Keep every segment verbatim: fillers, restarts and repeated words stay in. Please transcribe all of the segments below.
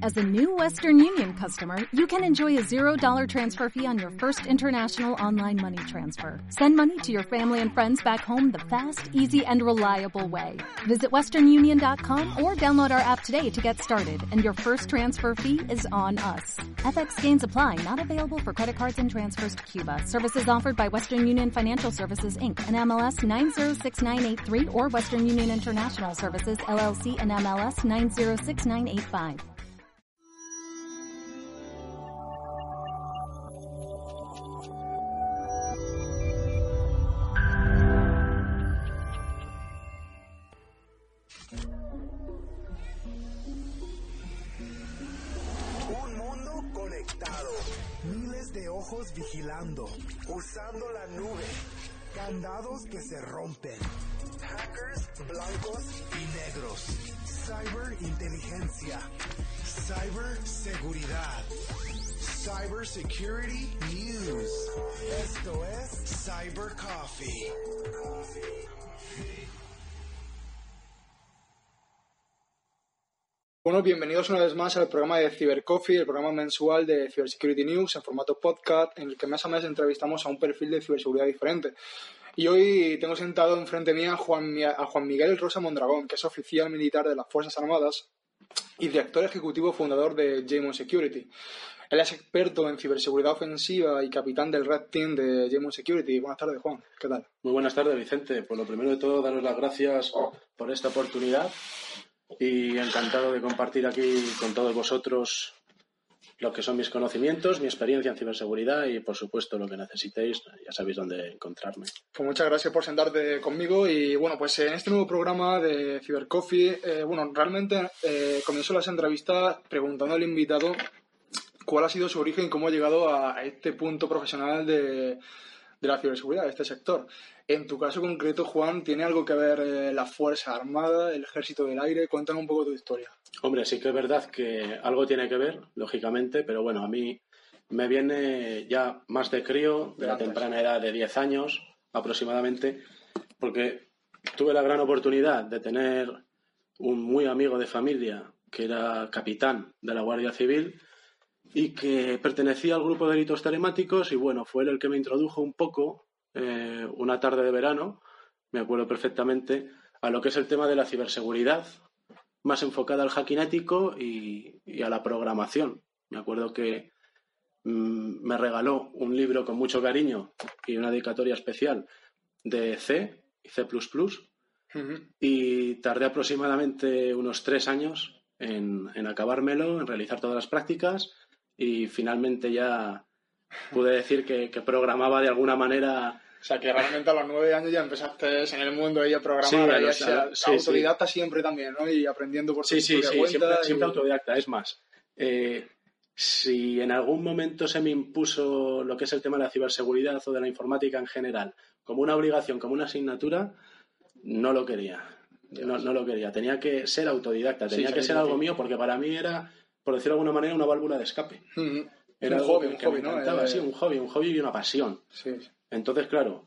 As a new Western Union customer, you can enjoy a zero dollar transfer fee on your first international online money transfer. Send money to your family and friends back home the fast, easy, and reliable way. Visit western union dot com or download our app today to get started, and your first transfer fee is on us. F X gains apply, not available for credit cards and transfers to Cuba. Services offered by Western Union Financial Services, Incorporated, and M L S nine zero six nine eight three or Western Union International Services, L L C, and M L S nine zero six nine eight five. Ojos vigilando, usando la nube, candados que se rompen, hackers blancos y negros, ciberinteligencia, ciberseguridad, cybersecurity news. Esto es Cyber Coffee. Bueno, bienvenidos una vez más al programa de Cyber Coffee, el programa mensual de Cybersecurity News en formato podcast, en el que mes a mes entrevistamos a un perfil de ciberseguridad diferente. Y hoy tengo sentado enfrente mía a Juan, a Juan Miguel Rosa Mondragón, que es oficial militar de las Fuerzas Armadas y director ejecutivo fundador de J-Mon Security. Él es experto en ciberseguridad ofensiva y capitán del Red Team de J-Mon Security. Buenas tardes, Juan. ¿Qué tal? Muy buenas tardes, Vicente. Pues lo primero de todo, daros las gracias por esta oportunidad. Y encantado de compartir aquí con todos vosotros lo que son mis conocimientos, mi experiencia en ciberseguridad y, por supuesto, lo que necesitéis, ya sabéis dónde encontrarme. Pues muchas gracias por sentarte conmigo y, bueno, pues en este nuevo programa de Cyber Coffee, eh, bueno, realmente eh, comienzo las entrevistas preguntando al invitado cuál ha sido su origen y cómo ha llegado a, a este punto profesional de, de la ciberseguridad, de este sector. En tu caso concreto, Juan, ¿tiene algo que ver eh, la Fuerza Armada, el Ejército del Aire? Cuéntanos un poco tu historia. Hombre, sí que es verdad que algo tiene que ver, lógicamente, pero bueno, a mí me viene ya más de crío, de la temprana edad de diez años aproximadamente, porque tuve la gran oportunidad de tener un muy amigo de familia que era capitán de la Guardia Civil y que pertenecía al grupo de delitos telemáticos y bueno, fue él el que me introdujo un poco Eh, una tarde de verano, me acuerdo perfectamente, a lo que es el tema de la ciberseguridad, más enfocada al hacking ético y, y a la programación. Me acuerdo que mmm, me regaló un libro con mucho cariño y una dedicatoria especial de C y C plus plus, uh-huh. Y tardé aproximadamente unos tres años en, en acabármelo, en realizar todas las prácticas y finalmente ya pude decir que, que programaba de alguna manera. O sea, que realmente a los nueve años ya empezaste en el mundo ahí a programar, sí, a los, a, sí, autodidacta sí. Siempre también, ¿no? Y aprendiendo por tu sí, sí, propia sí, cuenta. Siempre, y... siempre autodidacta. Es más, eh, si en algún momento se me impuso lo que es el tema de la ciberseguridad o de la informática en general como una obligación, como una asignatura, no lo quería. No, no lo quería. Tenía que ser autodidacta, tenía sí, que ser algo mío porque para mí era, por decirlo de alguna manera, una válvula de escape. Uh-huh. Era un hobby, un que hobby, me encantaba, ¿no? Sí, un hobby, un hobby y una pasión. Sí. Entonces, claro,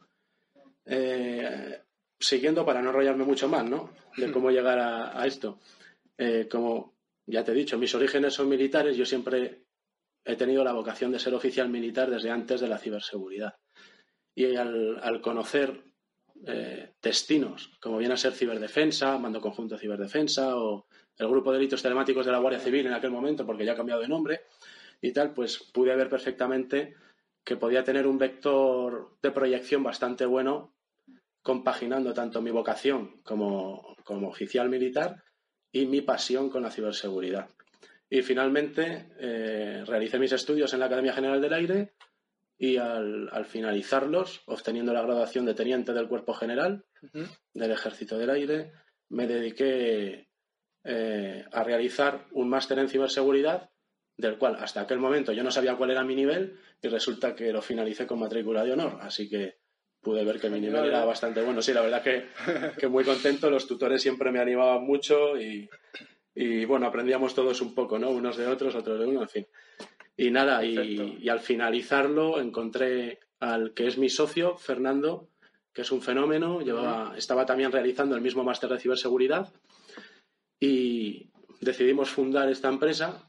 eh, siguiendo para no enrollarme mucho más, ¿no? De cómo llegar a, a esto. Eh, como ya te he dicho, mis orígenes son militares, yo siempre he tenido la vocación de ser oficial militar desde antes de la ciberseguridad. Y al, al conocer eh, destinos, como viene a ser ciberdefensa, mando conjunto de ciberdefensa o el grupo de delitos telemáticos de la Guardia Civil en aquel momento, porque ya ha cambiado de nombre, y tal, pues pude ver perfectamente que podía tener un vector de proyección bastante bueno, compaginando tanto mi vocación como, como oficial militar y mi pasión con la ciberseguridad. Y finalmente eh, realicé mis estudios en la Academia General del Aire y al, al finalizarlos, obteniendo la graduación de teniente del Cuerpo General uh-huh. del Ejército del Aire, me dediqué eh, a realizar un máster en ciberseguridad, del cual hasta aquel momento yo no sabía cuál era mi nivel y resulta que lo finalicé con matrícula de honor, así que pude ver que mi nivel era bastante bueno. Sí, la verdad que, que muy contento, los tutores siempre me animaban mucho y, y bueno, aprendíamos todos un poco, ¿no? Unos de otros, otros de uno, en fin. Y nada, y, y al finalizarlo encontré al que es mi socio, Fernando, que es un fenómeno, llevaba, estaba también realizando el mismo máster de ciberseguridad y decidimos fundar esta empresa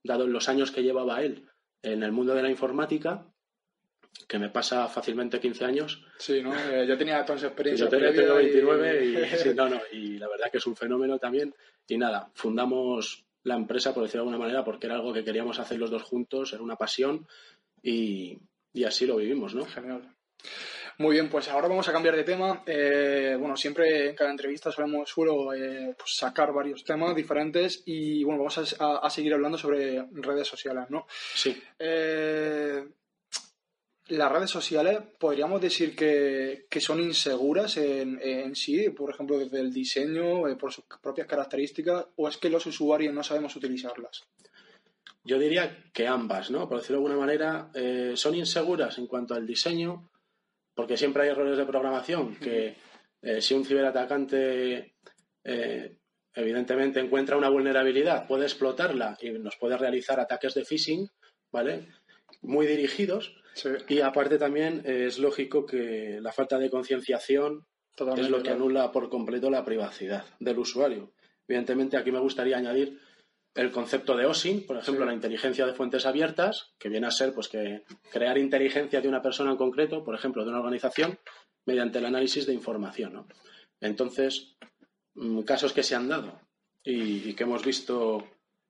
dado los años que llevaba él en el mundo de la informática, que me pasa fácilmente quince años. Sí, ¿no? Eh, yo tenía toda esa experiencia. Yo tengo, tengo veintinueve y... y, sí, no, no, y la verdad que es un fenómeno también. Y nada, fundamos la empresa, por decirlo de alguna manera, porque era algo que queríamos hacer los dos juntos, era una pasión y, y así lo vivimos, ¿no? Genial. Muy bien, pues ahora vamos a cambiar de tema. Eh, bueno, siempre en cada entrevista solemos, suelo eh, pues sacar varios temas diferentes y bueno, vamos a, a, a seguir hablando sobre redes sociales, ¿no? Sí. Eh, las redes sociales, podríamos decir que, que son inseguras en, en sí, por ejemplo, desde el diseño, eh, por sus propias características, o es que los usuarios no sabemos utilizarlas. Yo diría que ambas, ¿no? Por decirlo de alguna manera, eh, son inseguras en cuanto al diseño, porque siempre hay errores de programación que eh, si un ciberatacante eh, evidentemente encuentra una vulnerabilidad, puede explotarla y nos puede realizar ataques de phishing, ¿vale? Muy dirigidos. Sí. Y aparte también eh, es lógico que la falta de concienciación es lo que claro. anula por completo la privacidad del usuario. Evidentemente aquí me gustaría añadir el concepto de O S I N, por ejemplo, sí. la inteligencia de fuentes abiertas, que viene a ser pues que crear inteligencia de una persona en concreto, por ejemplo, de una organización, mediante el análisis de información, ¿no? Entonces, casos que se han dado y, y que hemos visto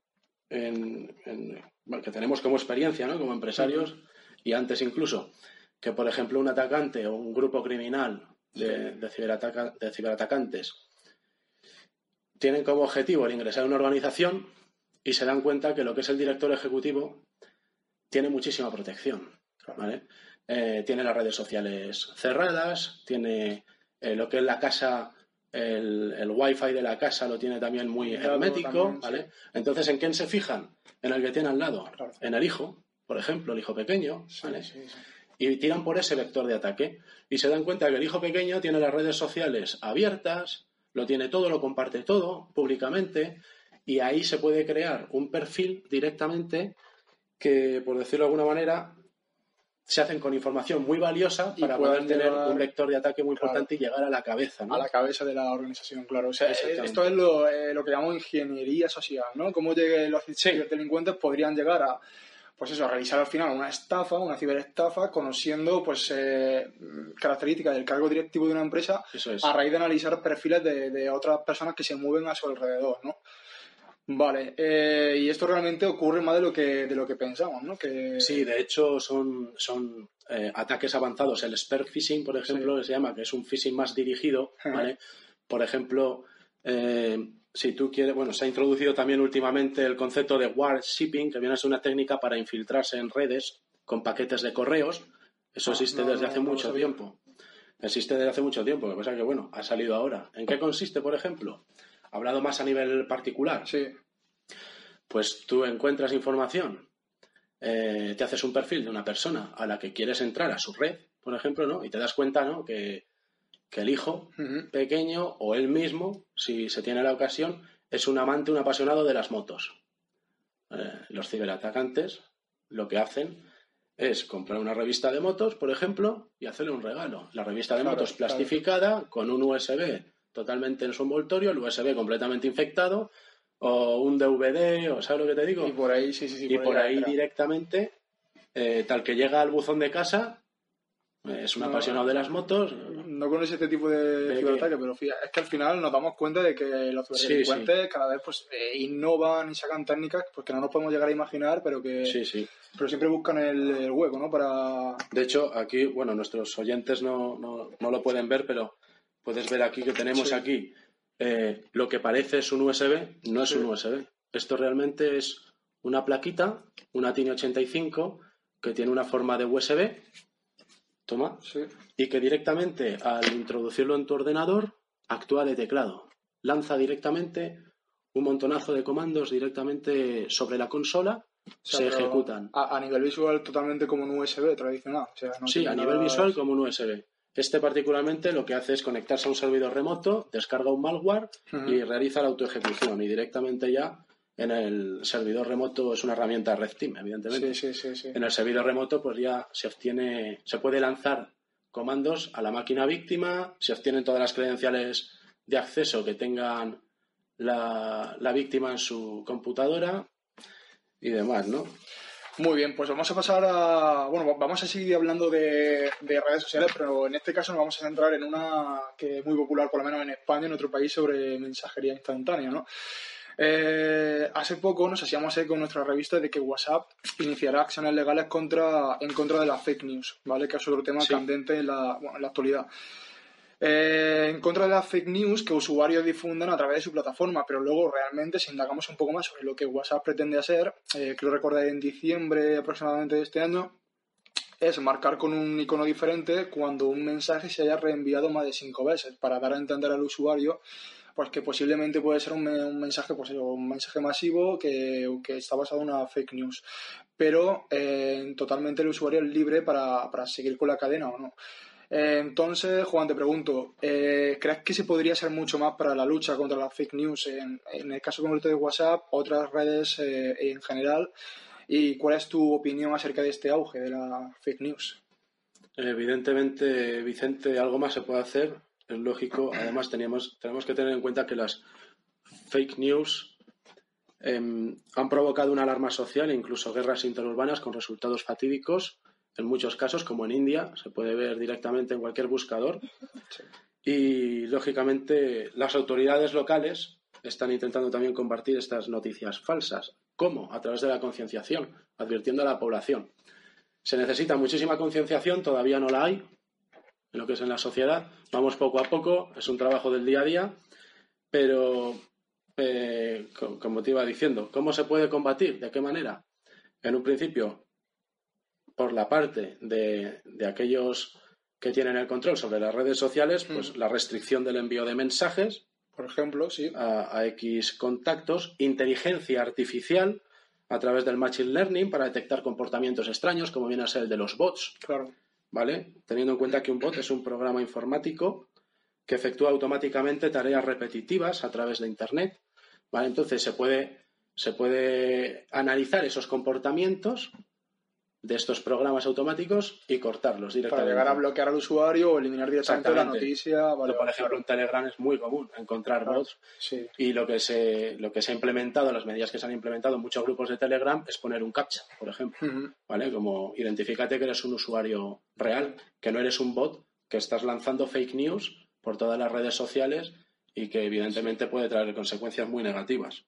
en, en, bueno, que tenemos como experiencia, ¿no? Como empresarios, uh-huh. y antes incluso, que por ejemplo un atacante o un grupo criminal de, sí. de, ciberataca, de ciberatacantes tienen como objetivo el ingresar a una organización y se dan cuenta que lo que es el director ejecutivo tiene muchísima protección, ¿vale? Eh, tiene las redes sociales cerradas, tiene eh, lo que es la casa, el, el wifi de la casa lo tiene también muy claro, hermético, también, ¿vale? Sí. Entonces, ¿en quién se fijan? En el que tiene al lado, claro. en el hijo, por ejemplo, el hijo pequeño, ¿vale? Sí, sí, sí. Y tiran por ese vector de ataque y se dan cuenta que el hijo pequeño tiene las redes sociales abiertas, lo tiene todo, lo comparte todo públicamente. Y ahí se puede crear un perfil directamente que, por decirlo de alguna manera, se hacen con información muy valiosa para poder tener llevar, un vector de ataque muy claro, importante y llegar a la cabeza, ¿no? A la cabeza de la organización, claro. O sea, esto es lo, eh, lo que llamamos ingeniería social, ¿no? Cómo llegue los sí. delincuentes podrían llegar a, pues eso, a realizar al final una estafa, una ciberestafa, conociendo pues eh, características del cargo directivo de una empresa eso es. A raíz de analizar perfiles de, de otras personas que se mueven a su alrededor, ¿no? Vale, eh, y esto realmente ocurre más de lo que de lo que pensamos, ¿no? Que... Sí, de hecho son, son eh, ataques avanzados. El spear phishing, por ejemplo, sí. que se llama, que es un phishing más dirigido, ¿vale? Por ejemplo, eh, si tú quieres, bueno, se ha introducido también últimamente el concepto de warp shipping, que viene a ser una técnica para infiltrarse en redes con paquetes de correos. Eso existe ah, no, desde hace no, mucho no tiempo. Existe desde hace mucho tiempo. Lo que pasa es que, bueno, ha salido ahora. ¿En qué consiste, por ejemplo? Hablado más a nivel particular, sí. Pues tú encuentras información, eh, te haces un perfil de una persona a la que quieres entrar a su red, por ejemplo, ¿no? Y te das cuenta, ¿no? Que, que el hijo uh-huh. pequeño o él mismo, si se tiene la ocasión, es un amante, un apasionado de las motos. Eh, los ciberatacantes lo que hacen es comprar una revista de motos, por ejemplo, y hacerle un regalo. La revista de claro, motos plastificada claro. con un U S B totalmente en su envoltorio, el U S B completamente infectado, o un D V D, o ¿sabes lo que te digo? Y por ahí, sí, sí, sí. Y por, por ahí, ahí directamente, eh, tal que llega al buzón de casa, eh, es un no, apasionado de las motos. No conoce este tipo de, de ciberataque, pero fíjate, es que al final nos damos cuenta de que los ciberdelincuentes sí, sí. cada vez pues eh, innovan y sacan técnicas pues, que no nos podemos llegar a imaginar, pero que sí, sí. pero siempre buscan el, el hueco, ¿no? Para... De hecho, aquí, bueno, nuestros oyentes no, no, no lo pueden ver, pero puedes ver aquí que tenemos sí. aquí eh, lo que parece es un U S B, no es sí. un U S B. Esto realmente es una plaquita, una Tiny ochenta y cinco, que tiene una forma de U S B, toma, sí. y que directamente al introducirlo en tu ordenador actúa de teclado. Lanza directamente un montonazo de comandos directamente sobre la consola, o sea, se ejecutan. A, a nivel visual totalmente como un U S B tradicional. O sea, no sí, a nivel nada... visual como un U S B. Este particularmente lo que hace es conectarse a un servidor remoto, descarga un malware uh-huh. y realiza la autoejecución. Y directamente ya en el servidor remoto es una herramienta Red Team, evidentemente. Sí, sí, sí, sí. En el servidor remoto pues ya se obtiene, se puede lanzar comandos a la máquina víctima, se obtienen todas las credenciales de acceso que tengan la, la víctima en su computadora y demás, ¿no? Muy bien, pues vamos a pasar a... Bueno, vamos a seguir hablando de, de redes sociales, pero en este caso nos vamos a centrar en una que es muy popular, por lo menos en España, en otro país, sobre mensajería instantánea, ¿no? Eh, hace poco nos hacíamos eco en nuestra revista de que WhatsApp iniciará acciones legales contra, en contra de las fake news, ¿vale? Que es otro tema Sí. candente en la, bueno, en la actualidad. Eh, en contra de las fake news que usuarios difunden a través de su plataforma, pero luego realmente si indagamos un poco más sobre lo que WhatsApp pretende hacer, eh, que lo recordé en diciembre aproximadamente de este año, es marcar con un icono diferente cuando un mensaje se haya reenviado más de cinco veces, para dar a entender al usuario pues que posiblemente puede ser un, un mensaje pues un mensaje masivo que, que está basado en una fake news, pero eh, totalmente el usuario es libre para, para seguir con la cadena o no. Eh, entonces, Juan, te pregunto, eh, ¿crees que se podría hacer mucho más para la lucha contra las fake news en, en el caso concreto de WhatsApp, otras redes eh, en general? ¿Y cuál es tu opinión acerca de este auge de la fake news? Evidentemente, Vicente, algo más se puede hacer, es lógico. Además, teníamos, tenemos que tener en cuenta que las fake news eh, han provocado una alarma social e incluso guerras interurbanas con resultados fatídicos. En muchos casos, como en India, se puede ver directamente en cualquier buscador. Sí. Y, lógicamente, las autoridades locales están intentando también combatir estas noticias falsas. ¿Cómo? A través de la concienciación, advirtiendo a la población. Se necesita muchísima concienciación, todavía no la hay, en lo que es en la sociedad. Vamos poco a poco, es un trabajo del día a día, pero, eh, como te iba diciendo, ¿cómo se puede combatir? ¿De qué manera? En un principio, por la parte de, de aquellos que tienen el control sobre las redes sociales, pues mm. la restricción del envío de mensajes, por ejemplo, sí, a, a X contactos, inteligencia artificial a través del machine learning para detectar comportamientos extraños, como viene a ser el de los bots, claro, ¿vale? Teniendo en cuenta que un bot es un programa informático que efectúa automáticamente tareas repetitivas a través de Internet, ¿vale? Entonces se puede, se puede analizar esos comportamientos de estos programas automáticos y cortarlos directamente. Para llegar a bloquear al usuario o eliminar directamente la noticia. Vale, por ejemplo, claro. En Telegram es muy común encontrar claro, bots sí. Y lo que, se, lo que se ha implementado, las medidas que se han implementado en muchos grupos de Telegram es poner un captcha, por ejemplo. Uh-huh. ¿Vale? Como identifícate que eres un usuario real, que no eres un bot, que estás lanzando fake news por todas las redes sociales y que evidentemente puede traer consecuencias muy negativas.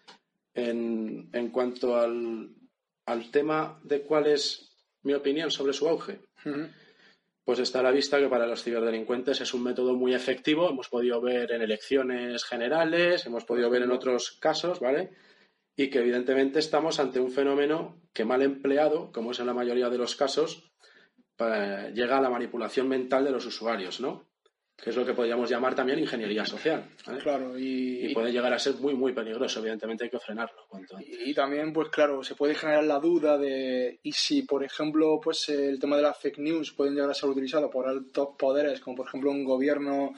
En, en cuanto al... al tema de cuál es mi opinión sobre su auge, uh-huh. pues está a la vista que para los ciberdelincuentes es un método muy efectivo. Hemos podido ver en elecciones generales, hemos podido ver en otros casos, ¿vale? Y que evidentemente estamos ante un fenómeno que mal empleado, como es en la mayoría de los casos, para, llega a la manipulación mental de los usuarios, ¿no? Que es lo que podríamos llamar también ingeniería social, ¿vale? Claro, y, y puede llegar a ser muy, muy peligroso. Evidentemente hay que frenarlo cuanto antes. Y, y también, pues claro, se puede generar la duda de y si, por ejemplo, pues el tema de las fake news pueden llegar a ser utilizados por altos poderes, como por ejemplo un gobierno,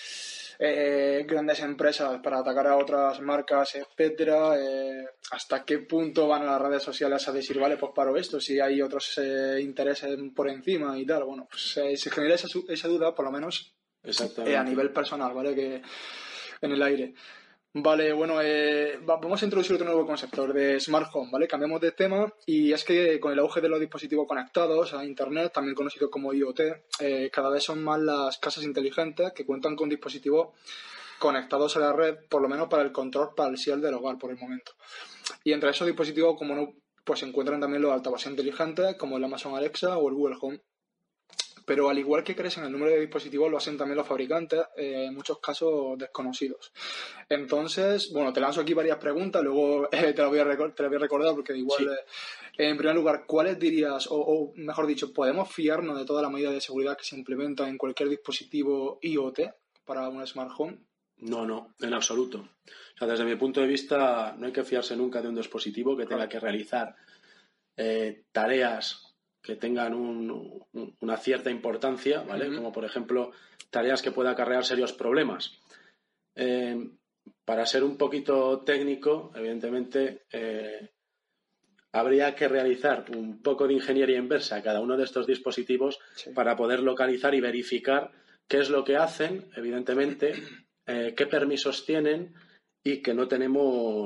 eh, grandes empresas para atacar a otras marcas, etcétera. Eh, ¿Hasta qué punto van a las redes sociales a decir, vale, pues paro esto, si hay otros eh, intereses por encima y tal? Bueno, pues eh, se genera esa, esa duda, por lo menos. Exactamente. Eh, a nivel personal, ¿vale? Que en el aire. Vale, bueno, eh, vamos a introducir otro nuevo concepto, el de Smart Home, ¿vale? Cambiamos de tema y es que con el auge de los dispositivos conectados a Internet, también conocido como I O T, eh, cada vez son más las casas inteligentes que cuentan con dispositivos conectados a la red, por lo menos para el control parcial del hogar por el momento. Y entre esos dispositivos, como no, pues se encuentran también los altavoces inteligentes, como el Amazon Alexa o el Google Home. Pero al igual que crecen el número de dispositivos, lo hacen también los fabricantes, eh, en muchos casos desconocidos. Entonces, bueno, te lanzo aquí varias preguntas, luego eh, te las voy a recor- te las voy a recordar porque igual, sí. eh, en primer lugar, ¿cuáles dirías, o, o mejor dicho, podemos fiarnos de todas las medidas de seguridad que se implementan en cualquier dispositivo I O T para un Smart Home? No, no, en absoluto. O sea, desde mi punto de vista, no hay que fiarse nunca de un dispositivo que tenga que realizar eh, tareas que tengan un, un, una cierta importancia, ¿vale? Uh-huh. Como, por ejemplo, tareas que puedan acarrear serios problemas. Eh, para ser un poquito técnico, evidentemente, eh, habría que realizar un poco de ingeniería inversa a cada uno de estos dispositivos sí. para poder localizar y verificar qué es lo que hacen, evidentemente, eh, qué permisos tienen y que no tenemos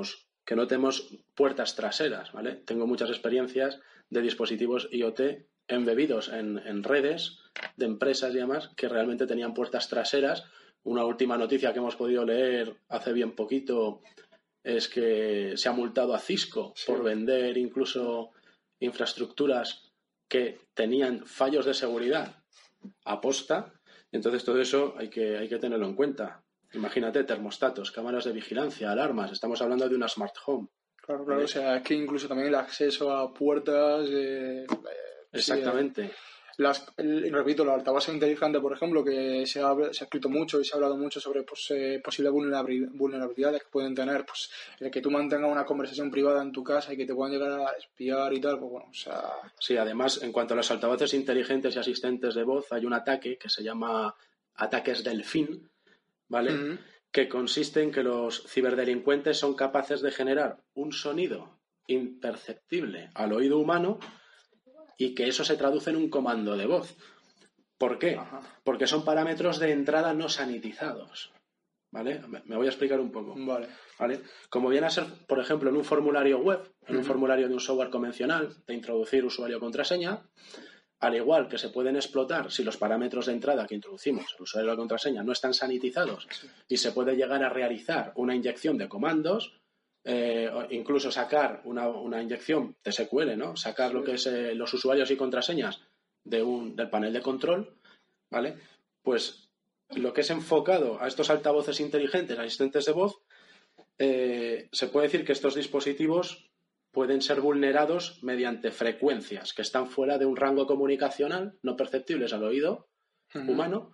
que no tenemos puertas traseras, ¿vale? Tengo muchas experiencias de dispositivos IoT embebidos en, en redes de empresas y demás que realmente tenían puertas traseras. Una última noticia que hemos podido leer hace bien poquito es que se ha multado a Cisco sí. por vender incluso infraestructuras que tenían fallos de seguridad aposta. Entonces todo eso hay que, hay que tenerlo en cuenta. Imagínate, termostatos, cámaras de vigilancia, alarmas. Estamos hablando de una smart home. Claro, claro. ¿Vale? O sea, es que incluso también el acceso a puertas... Eh, Exactamente. Sí, eh, las, el, repito, la altavoz inteligente, por ejemplo, que se ha, se ha escrito mucho y se ha hablado mucho sobre pues, eh, posibles vulnerabilidades que pueden tener. Pues el que tú mantengas una conversación privada en tu casa y que te puedan llegar a espiar y tal, pues bueno, o sea... Sí, además, en cuanto a los altavoces inteligentes y asistentes de voz, hay un ataque que se llama ataques delfín, ¿vale? Uh-huh. Que consiste en que los ciberdelincuentes son capaces de generar un sonido imperceptible al oído humano y que eso se traduce en un comando de voz. ¿Por qué? Ajá. Porque son parámetros de entrada no sanitizados, ¿vale? Me voy a explicar un poco. Vale. ¿Vale? Como viene a ser, por ejemplo, en un formulario web, en uh-huh. un formulario de un software convencional, de introducir usuario o contraseña, al igual que se pueden explotar si los parámetros de entrada que introducimos, el usuario o la contraseña, no están sanitizados sí. y se puede llegar a realizar una inyección de comandos, eh, incluso sacar una, una inyección de S Q L, ¿no? Sacar sí. lo que es eh, los usuarios y contraseñas de un, del panel de control, ¿vale? Pues lo que es enfocado a estos altavoces inteligentes, asistentes de voz, eh, se puede decir que estos dispositivos pueden ser vulnerados mediante frecuencias que están fuera de un rango comunicacional, no perceptibles al oído uh-huh. humano,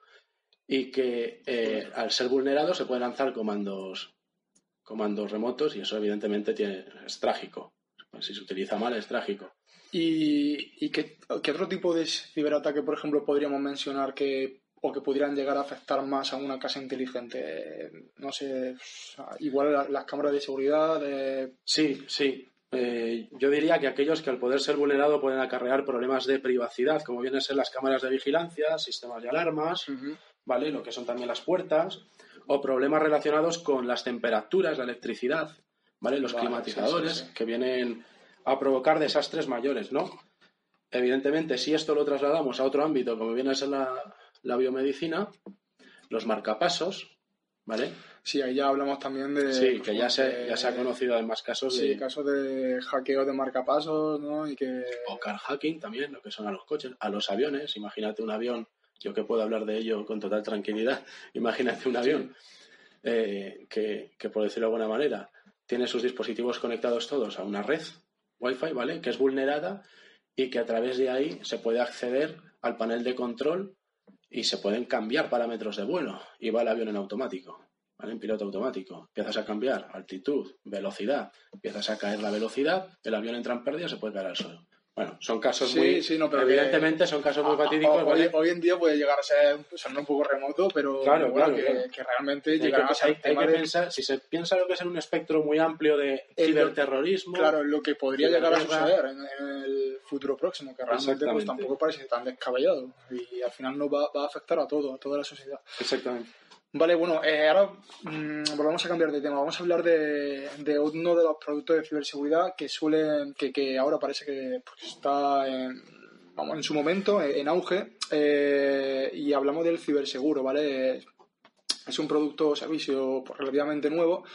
y que eh, al ser vulnerados se pueden lanzar comandos, comandos remotos y eso evidentemente tiene, es trágico. Pues si se utiliza mal es trágico. ¿Y, y qué, qué otro tipo de ciberataque, por ejemplo, podríamos mencionar que o que pudieran llegar a afectar más a una casa inteligente? No sé, igual las cámaras de seguridad... De... Sí, sí. Eh, yo diría que aquellos que al poder ser vulnerados pueden acarrear problemas de privacidad, como vienen a ser las cámaras de vigilancia, sistemas de alarmas, uh-huh. ¿vale? Lo que son también las puertas, o problemas relacionados con las temperaturas, la electricidad, ¿vale? Los vale, climatizadores, sí, sí, sí. que vienen a provocar desastres mayores, ¿no? Evidentemente, si esto lo trasladamos a otro ámbito, como viene a ser la, la biomedicina, los marcapasos, ¿vale? Sí, ahí ya hablamos también de... Sí, que ya se, ya se ha conocido además casos sí, de... Sí, casos de hackeo de marcapasos, ¿no? Y que... O car hacking también, lo que son a los coches, a los aviones. Imagínate un avión, yo que puedo hablar de ello con total tranquilidad, imagínate un avión sí. eh, que, que, por decirlo de alguna manera, tiene sus dispositivos conectados todos a una red Wi-Fi, ¿vale? Que es vulnerada y que a través de ahí se puede acceder al panel de control y se pueden cambiar parámetros de vuelo y va el avión en automático. ¿Vale? En piloto automático. Empiezas a cambiar altitud, velocidad, empiezas a caer la velocidad, el avión entra en pérdida, se puede caer al suelo. Bueno, son casos sí, muy... Sí, no, pero evidentemente que, son casos muy a, fatídicos. A, ¿vale? hoy, hoy en día puede llegar a ser son un poco remoto, pero claro, bueno, claro, que, claro. que realmente hay llegará que, a ser hay, hay que de... pensar, si se piensa lo que es en un espectro muy amplio de el, ciberterrorismo... Claro, lo que podría llegar a suceder en, en el futuro próximo, que realmente pues, tampoco parece tan descabellado y al final nos va, va a afectar a todo, a toda la sociedad. Exactamente. Vale, bueno, eh, ahora mmm, volvamos a cambiar de tema. Vamos a hablar de, de uno de los productos de ciberseguridad que suele, que, que ahora parece que pues, está en, vamos, en su momento, en, en auge, eh, y hablamos del ciberseguro, ¿vale? Es un producto o servicio pues, relativamente nuevo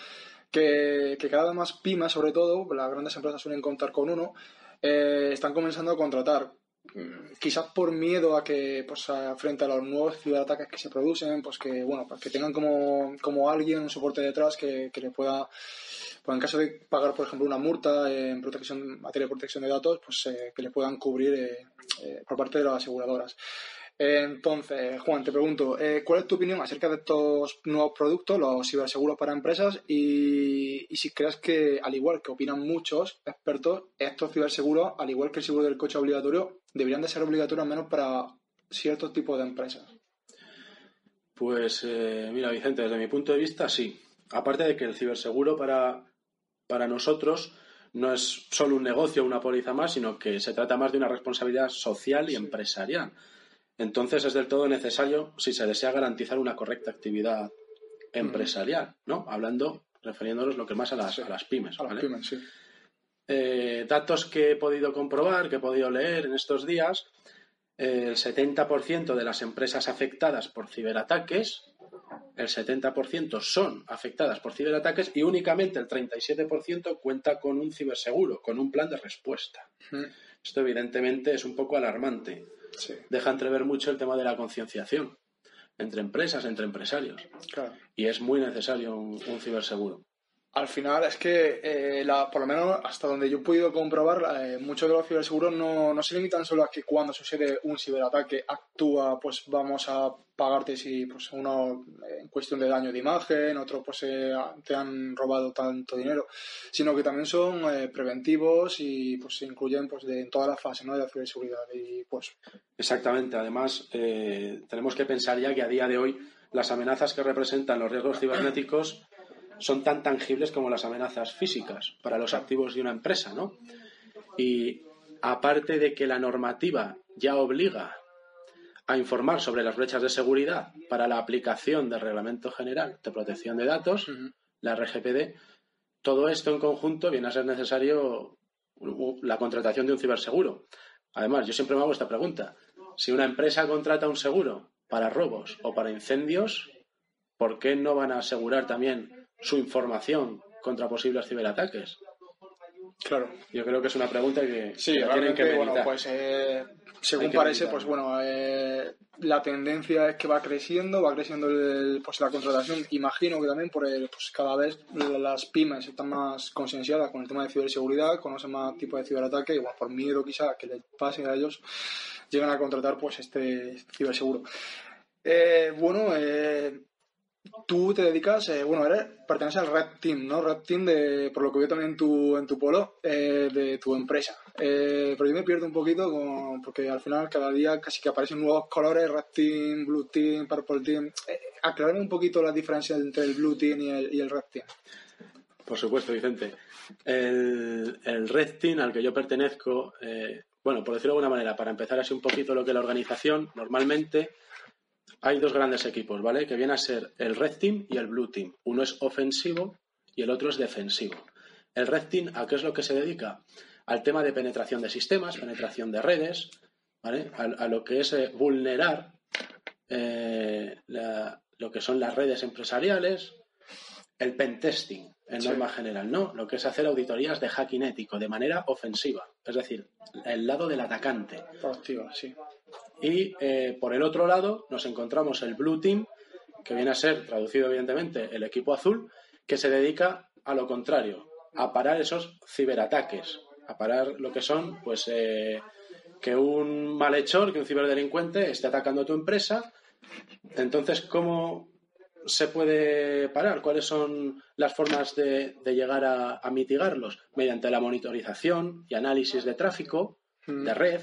que, que cada vez más pymes, sobre todo, las grandes empresas suelen contar con uno, eh, están comenzando a contratar. Quizás por miedo a que pues frente a los nuevos ciberataques que se producen pues que bueno pues que tengan como, como alguien un soporte detrás que, que le pueda pues en caso de pagar por ejemplo una multa en protección materia de protección de datos pues eh, que le puedan cubrir eh, eh, por parte de las aseguradoras. Entonces, Juan, te pregunto, eh, ¿cuál es tu opinión acerca de estos nuevos productos, los ciberseguros para empresas? Y, y si crees que, al igual que opinan muchos expertos, estos ciberseguros, al igual que el seguro del coche obligatorio, deberían de ser obligatorios al menos para ciertos tipos de empresas. Pues, eh, mira, Vicente, desde mi punto de vista, sí. Aparte de que el ciberseguro para, para nosotros no es solo un negocio, una póliza más, sino que se trata más de una responsabilidad social y sí. empresarial. Entonces es del todo necesario si se desea garantizar una correcta actividad empresarial, ¿no? Hablando refiriéndonos lo que más a las, Sí, a las pymes. A las ¿vale? pymes, sí. Eh, datos que he podido comprobar, que he podido leer en estos días, eh, el setenta por ciento de las empresas afectadas por ciberataques, el setenta por ciento son afectadas por ciberataques y únicamente el treinta y siete por ciento cuenta con un ciberseguro, con un plan de respuesta. Mm. Esto evidentemente es un poco alarmante. Sí, Deja entrever mucho el tema de la concienciación entre empresas, entre empresarios. claro. Y es muy necesario un, un ciberseguro. Al final es que, eh, la, por lo menos hasta donde yo he podido comprobar, eh, muchos de los ciberseguros no, no se limitan solo a que cuando sucede un ciberataque actúa, pues vamos a pagarte si pues uno eh, en cuestión de daño de imagen, otro pues eh, te han robado tanto dinero, sino que también son eh, preventivos y pues se incluyen pues de, en todas las fases, ¿no?, de la ciberseguridad. Y pues Exactamente. Además, eh, tenemos que pensar ya que a día de hoy las amenazas que representan los riesgos cibernéticos son tan tangibles como las amenazas físicas para los activos de una empresa, ¿no? Y aparte de que la normativa ya obliga a informar sobre las brechas de seguridad para la aplicación del Reglamento General de Protección de Datos, uh-huh. la R G P D, todo esto en conjunto viene a ser necesario la contratación de un ciberseguro. Además, yo siempre me hago esta pregunta. Si una empresa contrata un seguro para robos o para incendios, ¿por qué no van a asegurar también su información contra posibles ciberataques? Claro. Yo creo que es una pregunta que, Sí, que la tienen que realmente, meditar. bueno, pues eh, según Hay que parece, meditar. pues bueno, eh, la tendencia es que va creciendo, va creciendo el, pues la contratación. Imagino que también por el, pues cada vez las pymes están más concienciadas con el tema de ciberseguridad, conocen más tipos de ciberataque y bueno, por miedo quizá que les pase a ellos, llegan a contratar pues este ciberseguro. Eh, bueno, eh, tú te dedicas, eh, bueno, eres, perteneces al Red Team, ¿no? Red Team, de, por lo que veo también en tu, en tu polo, eh, de tu empresa. Eh, pero yo me pierdo un poquito con, porque al final cada día casi que aparecen nuevos colores, Red Team, Blue Team, Purple Team. Eh, aclárame un poquito la diferencia entre el Blue Team y el, y el Red Team. Por supuesto, Vicente. El, el Red Team al que yo pertenezco, eh, bueno, por decirlo de alguna manera, para empezar así un poquito lo que es la organización, normalmente hay dos grandes equipos, ¿vale? Que vienen a ser el Red Team y el Blue Team. Uno es ofensivo y el otro es defensivo. El Red Team, ¿a qué es lo que se dedica? Al tema de penetración de sistemas, penetración de redes, ¿vale? A, a lo que es eh, vulnerar eh, la, lo que son las redes empresariales, el pentesting, en Sí. norma general, ¿no? Lo que es hacer auditorías de hacking ético de manera ofensiva, es decir, el lado del atacante. Proactiva, sí. Y eh, por el otro lado nos encontramos el Blue Team, que viene a ser, traducido evidentemente, el equipo azul, que se dedica a lo contrario, a parar esos ciberataques, a parar lo que son, pues, eh, que un malhechor, que un ciberdelincuente esté atacando a tu empresa. Entonces, ¿cómo se puede parar? ¿Cuáles son las formas de, de llegar a, a mitigarlos? Mediante la monitorización y análisis de tráfico, Mm. de red,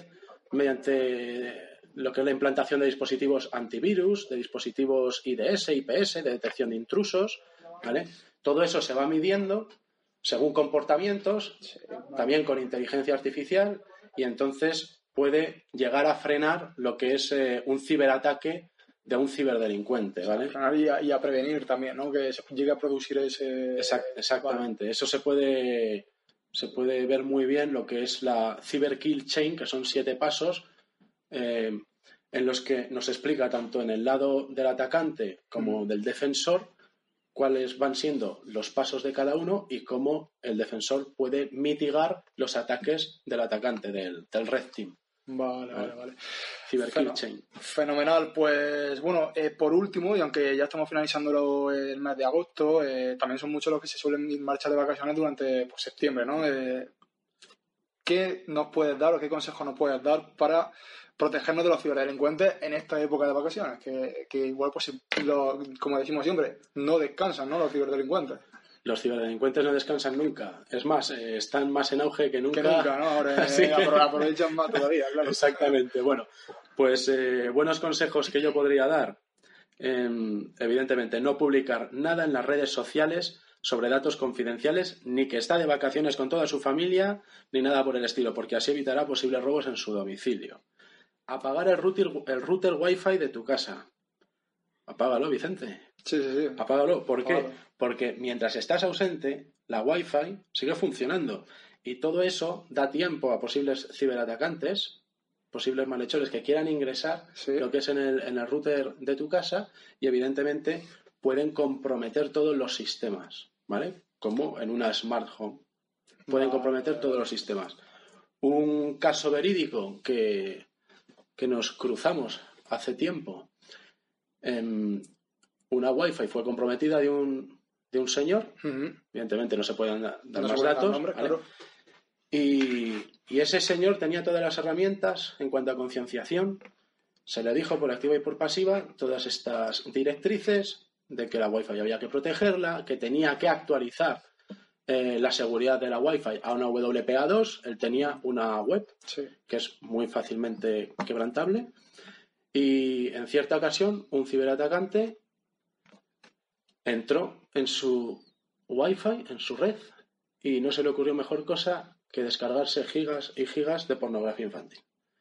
mediante lo que es la implantación de dispositivos antivirus, de dispositivos I D S, I P S, de detección de intrusos, ¿vale? Todo eso se va midiendo según comportamientos, Sí, vale. también con inteligencia artificial, y entonces puede llegar a frenar lo que es eh, un ciberataque de un ciberdelincuente, ¿vale? Frenar y a, y a prevenir también, ¿no? Que se llegue a producir ese... Exact- exactamente. Eso se puede, se puede ver muy bien lo que es la Cyber Kill Chain, que son siete pasos eh, en los que nos explica tanto en el lado del atacante como Mm. del defensor cuáles van siendo los pasos de cada uno y cómo el defensor puede mitigar los ataques del atacante, del, del Red Team. Vale, vale, vale. Cyber Kill Feno- Chain. Fenomenal, pues bueno, eh, por último, y aunque ya estamos finalizando el mes de agosto, eh, también son muchos los que se suelen ir marchar de vacaciones durante pues, septiembre, ¿no? Eh, ¿Qué nos puedes dar o qué consejos nos puedes dar para protegernos de los ciberdelincuentes en esta época de vacaciones? Que, que igual, pues, lo- como decimos siempre, no descansan, ¿no? Los ciberdelincuentes. Los ciberdelincuentes no descansan nunca. Es más, eh, están más en auge que nunca. Que nunca, ¿no? Ahora Sí. eh, apro- aprovechan más todavía, claro. Exactamente. Bueno, pues eh, buenos consejos que yo podría dar. Eh, evidentemente, no publicar nada en las redes sociales sobre datos confidenciales, ni que está de vacaciones con toda su familia, ni nada por el estilo, porque así evitará posibles robos en su domicilio. Apagar el router, el router Wi-Fi de tu casa. Apágalo, Vicente. Sí, sí, sí. Apágalo. ¿Por qué? Apágalo. Porque mientras estás ausente, la Wi-Fi sigue funcionando. Y todo eso da tiempo a posibles ciberatacantes, posibles malhechores que quieran ingresar Sí. lo que es en el, en el router de tu casa y evidentemente pueden comprometer todos los sistemas, ¿vale? Como en una smart home. Pueden Vale. comprometer todos los sistemas. Un caso verídico que, que nos cruzamos hace tiempo. Eh, una Wi-Fi fue comprometida de un, de un señor. Uh-huh. Evidentemente no se pueden dar No más se pueden dar datos. nombres, ¿vale? claro. Y, y ese señor tenía todas las herramientas en cuanto a concienciación. Se le dijo por activa y por pasiva todas estas directrices de que la Wi-Fi había que protegerla, que tenía que actualizar eh, la seguridad de la Wi-Fi a una W P A dos. Él tenía una web Sí. que es muy fácilmente quebrantable. Y en cierta ocasión, un ciberatacante entró en su Wi-Fi, en su red, y no se le ocurrió mejor cosa que descargarse gigas y gigas de pornografía infantil.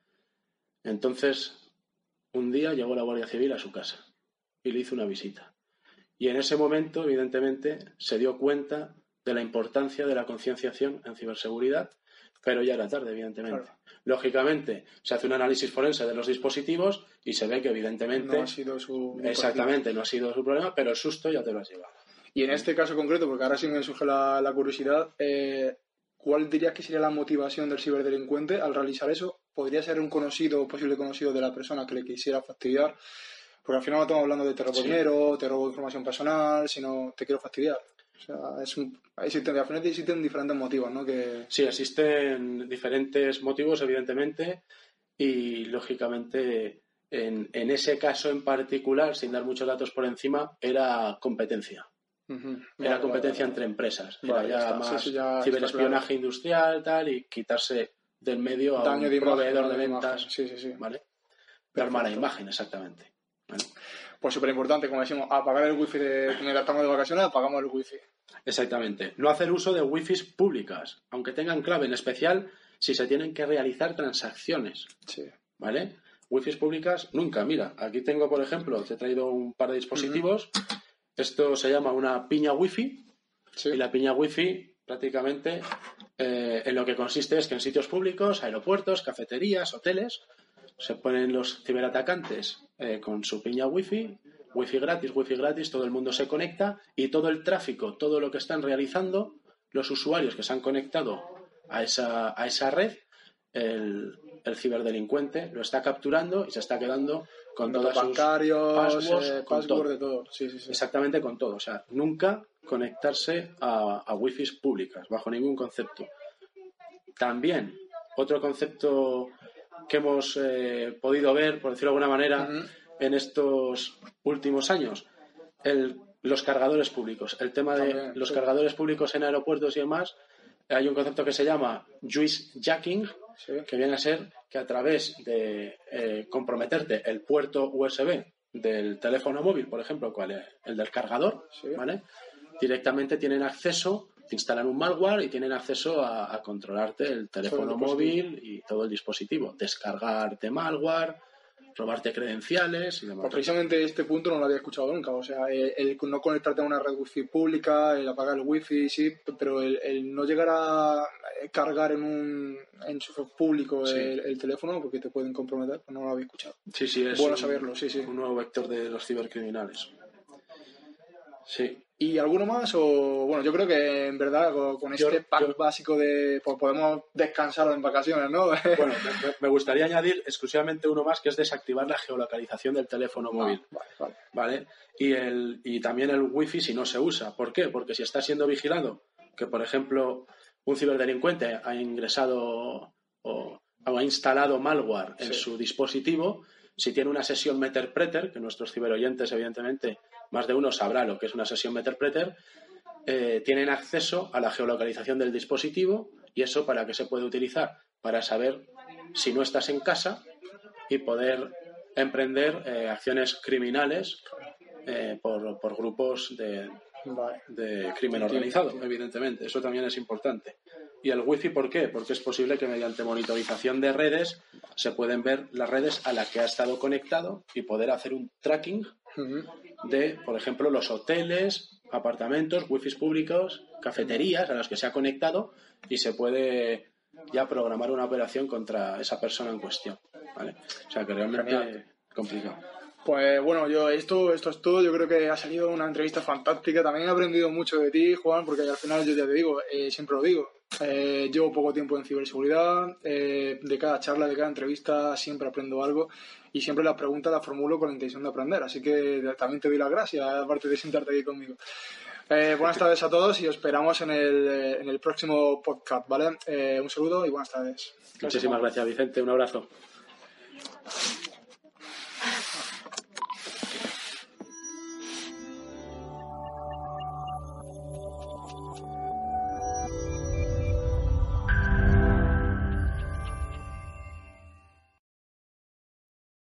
Entonces, un día llegó la Guardia Civil a su casa y le hizo una visita. Y en ese momento, evidentemente, se dio cuenta de la importancia de la concienciación en ciberseguridad, pero ya era tarde, evidentemente. Claro. Lógicamente, se hace un análisis forense de los dispositivos y se ve que, evidentemente, No ha sido su... exactamente, no ha sido su problema, pero el susto ya te lo has llevado. Y en este caso concreto, porque ahora sí me surge la, la curiosidad, eh, ¿cuál dirías que sería la motivación del ciberdelincuente al realizar eso? ¿Podría ser un conocido o posible conocido de la persona que le quisiera fastidiar? Porque al final no estamos hablando de te robo Sí. dinero, te robo información personal, sino te quiero fastidiar. O sea, es un, existen, al final existen diferentes motivos, ¿no? Que... Sí, existen diferentes motivos, evidentemente, y lógicamente en, en ese caso en particular, sin dar muchos datos por encima, era competencia. Uh-huh. Era Vale, competencia vale, entre empresas. vale, Era ya ya está. más Sí, sí, ya ciberespionaje está claro. industrial, tal, y quitarse del medio a Daño un de imagen, proveedor daño de de ventas. imagen. Sí, sí, sí. ¿Vale? Dar mala Perfecto. imagen, exactamente. ¿Vale? Pues súper importante, como decimos, apagar el wifi de mientras estamos de vacaciones, apagamos el wifi. Exactamente. No hacer uso de wifis públicas, aunque tengan clave, en especial si se tienen que realizar transacciones. Sí. ¿Vale? Wifis públicas, nunca. Mira, aquí tengo, por ejemplo, te he traído un par de dispositivos. Uh-huh. Esto se llama una piña wifi. Sí. Y la piña wifi, prácticamente, eh, en lo que consiste es que en sitios públicos, aeropuertos, cafeterías, hoteles, se ponen los ciberatacantes eh, con su piña wifi, wifi gratis, wifi gratis, todo el mundo se conecta y todo el tráfico, todo lo que están realizando los usuarios que se han conectado a esa, a esa red, el, el ciberdelincuente lo está capturando y se está quedando con todas sus bancarios, passwords, eh, con password todo. de todo. Sí, sí, sí. Exactamente con todo. O sea, nunca conectarse a, a wifis públicas, bajo ningún concepto. También, otro concepto que hemos eh, podido ver, por decirlo de alguna manera, uh-huh. en estos últimos años, el, los cargadores públicos. El tema de También, los sí. cargadores públicos en aeropuertos y demás, hay un concepto que se llama juicejacking, sí. que viene a ser que a través de eh, comprometerte el puerto U S B del teléfono móvil, por ejemplo, ¿cuál es? El del cargador, sí. ¿vale? Directamente tienen acceso, te instalan un malware y tienen acceso a, a controlarte el teléfono el móvil y todo el dispositivo, descargarte malware, robarte credenciales y demás. Pues precisamente este punto no lo había escuchado nunca, o sea, el, el no conectarte a una red wifi pública, el apagar el wifi, sí, pero el, el no llegar a cargar en un enchufe público sí. el, el teléfono porque te pueden comprometer, pues no lo había escuchado. Sí, sí, es bueno un, saberlo, sí, sí. un nuevo vector de los cibercriminales. Sí. ¿Y alguno más? O bueno, yo creo que en verdad con este yo, pack yo, básico de pues podemos descansar en vacaciones, ¿no? Bueno, me, me gustaría añadir exclusivamente uno más, que es desactivar la geolocalización del teléfono móvil. Ah, vale, vale. ¿Vale? Y, el, y también el wifi si no se usa. ¿Por qué? Porque si está siendo vigilado, que por ejemplo un ciberdelincuente ha ingresado o, o ha instalado malware en sí. su dispositivo, si tiene una sesión Meterpreter, que nuestros ciberoyentes evidentemente más de uno sabrá lo que es una sesión Meterpreter, eh, tienen acceso a la geolocalización del dispositivo. ¿Y eso para qué se puede utilizar? Para saber si no estás en casa y poder emprender eh, acciones criminales eh, por, por grupos de, de crimen organizado, evidentemente. Eso también es importante. ¿Y el wifi por qué? Porque es posible que mediante monitorización de redes se pueden ver las redes a las que ha estado conectado y poder hacer un tracking Uh-huh. de, por ejemplo, los hoteles, apartamentos, wifis públicos, cafeterías a las que se ha conectado y se puede ya programar una operación contra esa persona en cuestión, ¿vale? O sea, que realmente Genial. es complicado. Pues bueno, yo esto, esto es todo. Yo creo que ha salido una entrevista fantástica. También he aprendido mucho de ti, Juan, porque al final yo ya te digo, eh, siempre lo digo, eh, llevo poco tiempo en ciberseguridad, eh, de cada charla, de cada entrevista siempre aprendo algo y siempre las preguntas las formulo con la intención de aprender. Así que también te doy las gracias, aparte de sentarte aquí conmigo. Eh, buenas tardes a todos y os esperamos en el, en el próximo podcast, ¿vale? Eh, un saludo y buenas tardes. Muchísimas gracias, Vicente. Un abrazo.